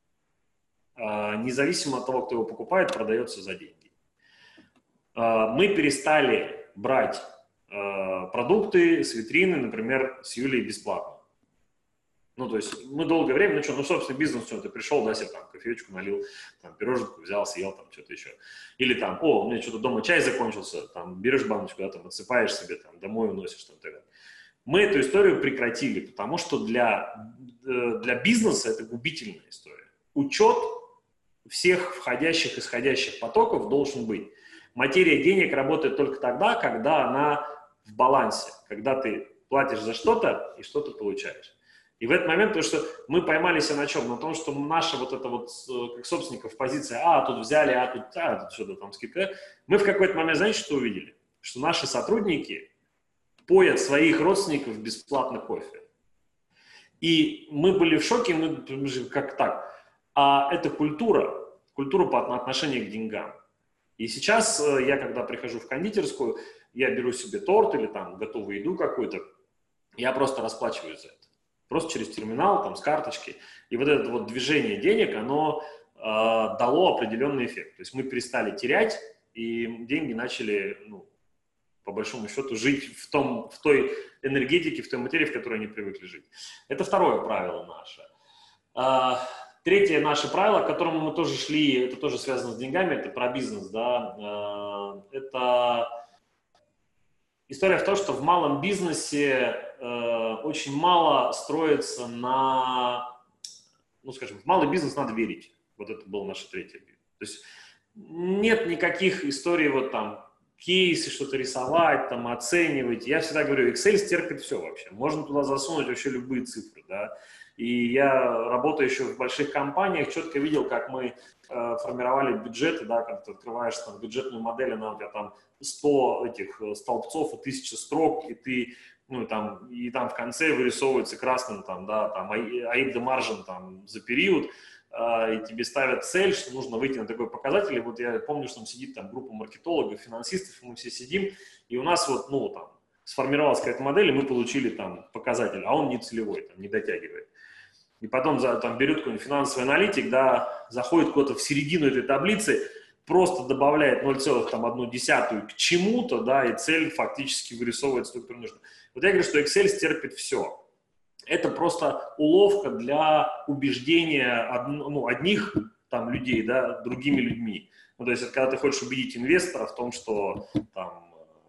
а, независимо от того, кто его покупает, продается за деньги. А, мы перестали брать а, продукты с витрины, например, с Юлей бесплатно. Ну, то есть мы долгое время, ну что, ну, собственно, бизнес, что ты пришел, да, себе там кофеечку налил, там, пироженку взял, съел, там, что-то еще. Или там, о, у меня что-то дома чай закончился, там, берешь баночку, да, там, отсыпаешь себе, там, домой уносишь, там, так далее. Мы эту историю прекратили, потому что для, для бизнеса это губительная история. Учет всех входящих и исходящих потоков должен быть. Материя денег работает только тогда, когда она в балансе, когда ты платишь за что-то и что-то получаешь. И в этот момент, потому что мы поймали себя на чем? На том, что наша вот эта вот, как собственников, позиция, а, тут взяли, а, тут, а, тут что-то там скидка. Мы в какой-то момент, знаете, что увидели? Что наши сотрудники поят своих родственников бесплатно кофе. И мы были в шоке, мы, как так? А это культура, культура по отношению к деньгам. И сейчас я, когда прихожу в кондитерскую, я беру себе торт или там готовую еду какую-то, я просто расплачиваюсь за это. Просто через терминал, там, с карточки. И вот это вот движение денег, оно э, дало определенный эффект. То есть мы перестали терять, и деньги начали, ну, по большому счету, жить в, том, в той энергетике, в той материи, в которой они привыкли жить. Это второе правило наше. А, третье наше правило, к которому мы тоже шли, это тоже связано с деньгами, это про бизнес, да. А, это история в том, что в малом бизнесе э, очень мало строится на, ну, скажем, в малый бизнес надо верить. Вот это было наше третье. То есть нет никаких историй вот там, кейсы, что-то рисовать, там, оценивать. Я всегда говорю, Excel стерпит все вообще. Можно туда засунуть вообще любые цифры, да. И я, работаю еще в больших компаниях, четко видел, как мы э, формировали бюджеты, да, когда ты открываешь там бюджетную модель, она у тебя там сто этих столбцов и тысяча строк, и ты, ну, там, и там в конце вырисовывается красным, там, да, там, аибда маржин, там, за период, э, и тебе ставят цель, что нужно выйти на такой показатель. И вот я помню, что там сидит там группа маркетологов, финансистов, и мы все сидим, и у нас вот, ну, там, сформировалась какая-то модель, и мы получили там показатель, а он не целевой, там, не дотягивает. И потом за, там, берет какой-нибудь финансовый аналитик, да, заходит куда-то в середину этой таблицы, просто добавляет ноль целых одну десятую к чему-то, да, и цель фактически вырисовывается только, которую нужно. Вот я говорю, что Excel стерпит все. Это просто уловка для убеждения од, ну, одних там людей, да, другими людьми. Ну, то есть, это когда ты хочешь убедить инвестора в том, что там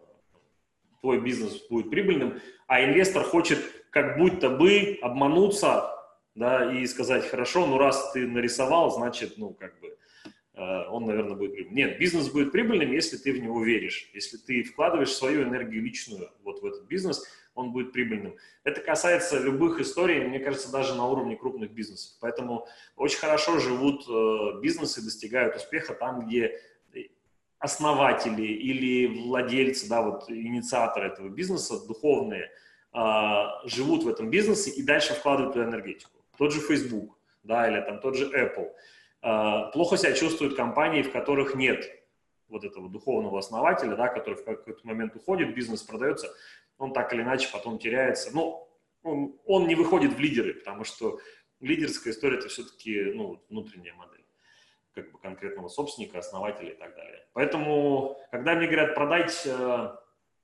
твой бизнес будет прибыльным, а инвестор хочет как будто бы обмануться, да, и сказать, хорошо, ну раз ты нарисовал, значит, ну как бы э, он, наверное, будет прибыльным. Нет, бизнес будет прибыльным, если ты в него веришь, если ты вкладываешь свою энергию личную вот в этот бизнес, он будет прибыльным. Это касается любых историй, мне кажется, даже на уровне крупных бизнесов. Поэтому очень хорошо живут э, бизнесы, достигают успеха там, где основатели или владельцы, да, вот инициаторы этого бизнеса, духовные, э, живут в этом бизнесе и дальше вкладывают туда энергетику. Тот же Facebook, да, или там тот же Apple. Э, плохо себя чувствуют компании, в которых нет вот этого духовного основателя, да, который в какой-то момент уходит, бизнес продается, он так или иначе потом теряется. Ну, он, он не выходит в лидеры, потому что лидерская история – это все-таки, ну, внутренняя модель как бы конкретного собственника, основателя и так далее. Поэтому, когда мне говорят, продать, э,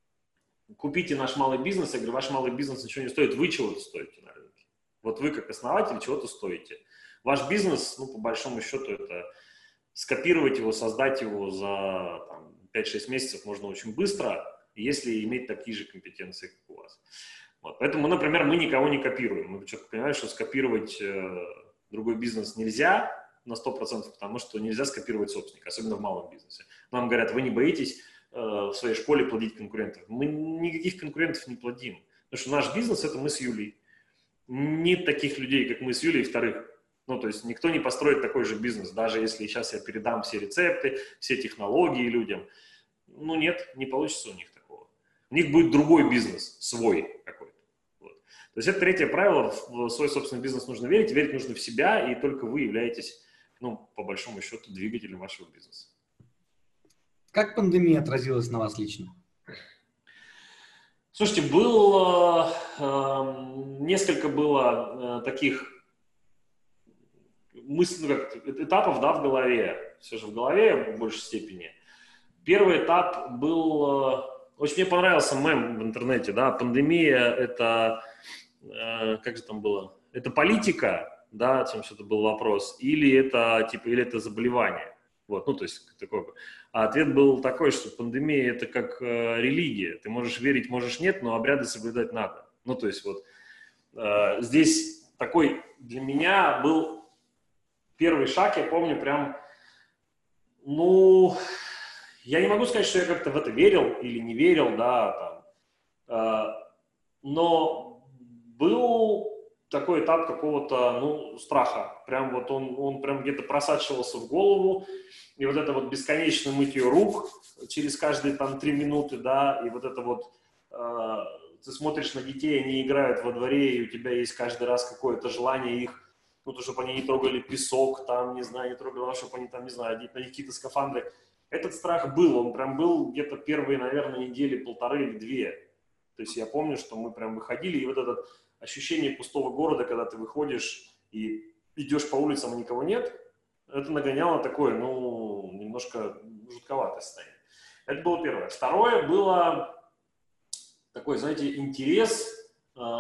купите наш малый бизнес, я говорю, ваш малый бизнес ничего не стоит, вы чего-то стоите на рынке. Вот вы, как основатель, чего-то стоите. Ваш бизнес, ну, по большому счету, это скопировать его, создать его за там, пять-шесть месяцев можно очень быстро, если иметь такие же компетенции, как у вас. Вот. Поэтому, например, мы никого не копируем. Мы четко понимаем, что скопировать э, другой бизнес нельзя на сто процентов, потому что нельзя скопировать собственника, особенно в малом бизнесе. Нам говорят, вы не боитесь э, в своей школе плодить конкурентов. Мы никаких конкурентов не плодим. Потому что наш бизнес – это мы с Юлей. Нет таких людей, как мы с Юлей, вторых. Ну, то есть никто не построит такой же бизнес, даже если сейчас я передам все рецепты, все технологии людям. Ну, нет, не получится у них такого. У них будет другой бизнес, свой какой-то. Вот. То есть это третье правило, в свой собственный бизнес нужно верить, верить нужно в себя, и только вы являетесь, ну, по большому счету, двигателем вашего бизнеса. Как пандемия отразилась на вас лично? Слушайте, было, э, несколько было э, таких мысль, ну, как, этапов, да, в голове, все же в голове в большей степени. Первый этап был, очень мне понравился мем в интернете, да, пандемия – это, э, как же там было, это политика, да, чем что-то был вопрос, или это, типа, или это заболевание, вот, ну, то есть, такой, а ответ был такой, что пандемия – это как э, религия, ты можешь верить, можешь нет, но обряды соблюдать надо, ну, то есть, вот, э, здесь такой для меня был первый шаг, я помню, прям, ну, я не могу сказать, что я как-то в это верил или не верил, да, там, э, но был такой этап какого-то, ну, страха, прям вот он, он прям где-то просачивался в голову, и вот это вот бесконечное мытье рук через каждые там три минуты, да, и вот это вот, э, ты смотришь на детей, они играют во дворе, и у тебя есть каждый раз какое-то желание их, ну, то, чтобы они не трогали песок, там, не знаю, не трогали, чтобы они там, не знаю, одеть на какие-то скафандры. Этот страх был, он прям был где-то первые, наверное, недели, полторы или две. То есть я помню, что мы прям выходили, и вот это ощущение пустого города, когда ты выходишь и идешь по улицам, а никого нет, это нагоняло такое, ну, немножко жутковатое состояние. Это было первое. Второе было такой, знаете, интерес,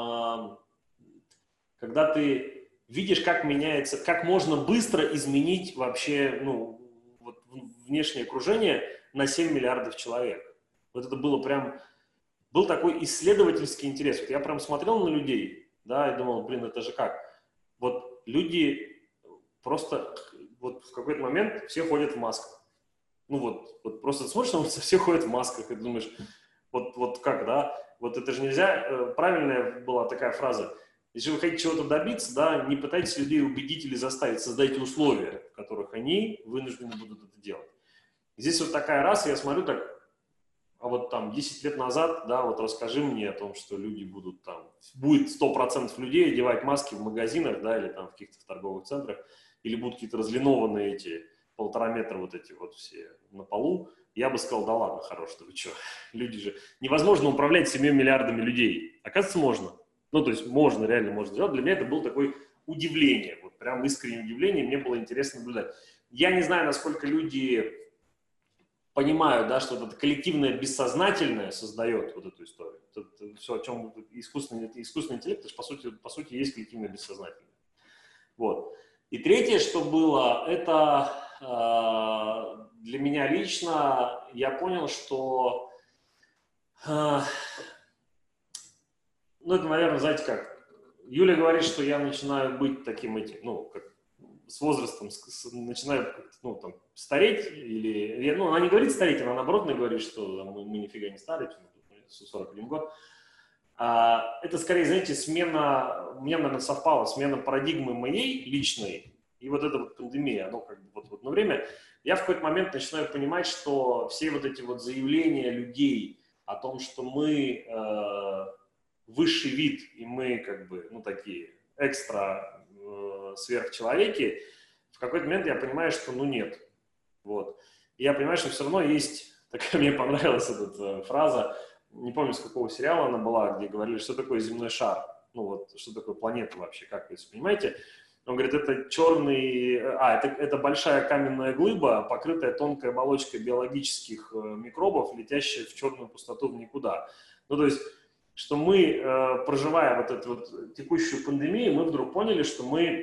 когда ты видишь, как меняется, как можно быстро изменить вообще, ну, вот внешнее окружение на семь миллиардов человек. Вот это было прям, был такой исследовательский интерес. Вот я прям смотрел на людей, да, и думал, блин, это же как? Вот люди просто, вот в какой-то момент все ходят в масках. Ну вот, вот просто смотришь на улицу, все ходят в масках, и думаешь, вот, вот как, да? Вот это же нельзя, правильная была такая фраза, если вы хотите чего-то добиться, да, не пытайтесь людей убедить или заставить, создайте условия, в которых они вынуждены будут это делать. Здесь вот такая раз, я смотрю так, а вот там десять лет назад, да, вот расскажи мне о том, что люди будут там, будет сто процентов людей одевать маски в магазинах, да, или там в каких-то торговых центрах, или будут какие-то разлинованные эти полтора метра вот эти вот все на полу, я бы сказал, да ладно, хорош, да вы что, люди же, невозможно управлять семью миллиардами людей, оказывается, можно. Ну, то есть можно, реально можно сделать. Для меня это было такое удивление, вот прям искреннее удивление, мне было интересно наблюдать. Я не знаю, насколько люди понимают, да, что это коллективное бессознательное создает вот эту историю. Это, это все, о чем искусственный, искусственный интеллект, это же, по сути, по сути, есть коллективное бессознательное. Вот. И третье, что было, это э, для меня лично, я понял, что, э, ну, это, наверное, знаете как, Юля говорит, что я начинаю быть таким этим, ну, как с возрастом, с, с, начинаю, ну, там, стареть, или, ну, она не говорит стареть, она, наоборот, мне говорит, что мы, мы нифига не старые, сорок один год. А, это, скорее, знаете, смена, у меня, наверное, совпало, смена парадигмы моей личной, и вот эта вот пандемия, оно как бы вот в одно время, я в какой-то момент начинаю понимать, что все вот эти вот заявления людей о том, что мы э, высший вид, и мы как бы, ну, такие экстра э, сверхчеловеки, в какой-то момент я понимаю, что, ну, нет. Вот. И я понимаю, что все равно есть, такая мне понравилась эта э, фраза, не помню, с какого сериала она была, где говорили, что такое земной шар, ну, вот, что такое планета вообще, как вы это понимаете. Он говорит, это черный, а, это, это большая каменная глыба, покрытая тонкой оболочкой биологических э, микробов, летящая в черную пустоту в никуда. Ну, то есть, что мы, э, проживая вот эту вот текущую пандемию, мы вдруг поняли, что мы э,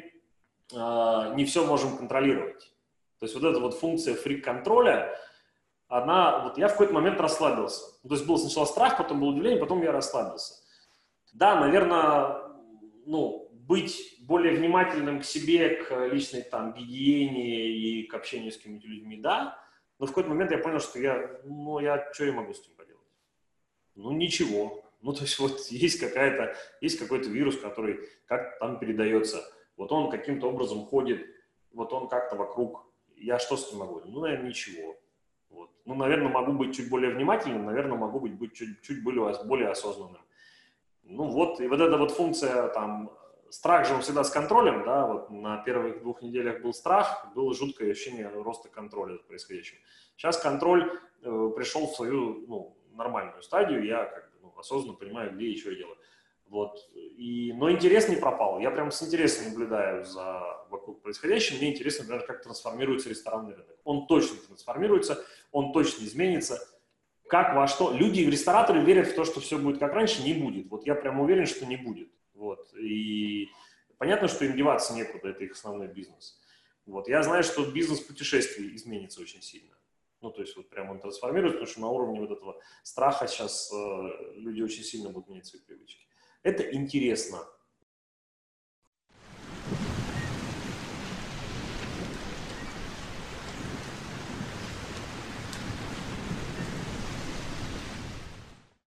не все можем контролировать. То есть, вот эта вот функция фрик-контроля, она, вот я в какой-то момент расслабился. То есть, был сначала страх, потом было удивление, потом я расслабился. Да, наверное, ну, быть более внимательным к себе, к личной там гигиене и к общению с какими-то людьми, да, но в какой-то момент я понял, что я, ну, я, что я могу с этим поделать? Ну, ничего. Ну, то есть, вот есть какая-то, есть какой-то вирус, который как-то там передается. Вот он каким-то образом ходит, вот он как-то вокруг. Я что с ним могу? Ну, наверное, ничего. Вот. Ну, наверное, могу быть чуть более внимательным, наверное, могу быть, быть чуть, чуть более, более осознанным. Ну, вот, и вот эта вот функция, там, страх же он всегда с контролем, да, вот на первых двух неделях был страх, было жуткое ощущение роста контроля за происходящим. Сейчас контроль э, пришел в свою, ну, нормальную стадию, я как бы, ну, осознанно понимаю, где и что я делаю. Вот, и, но интерес не пропал, я прям с интересом наблюдаю за вокруг происходящим, мне интересно, например, как трансформируется ресторанный рынок. Он точно трансформируется, он точно изменится. Как, во что? Люди, рестораторы верят в то, что все будет как раньше, не будет. Вот я прям уверен, что не будет. Вот. И понятно, что им деваться некуда, это их основной бизнес. Вот. Я знаю, что бизнес путешествий изменится очень сильно. Ну, то есть вот прям он трансформируется, потому что на уровне вот этого страха сейчас э, люди очень сильно будут менять свои привычки. Это интересно.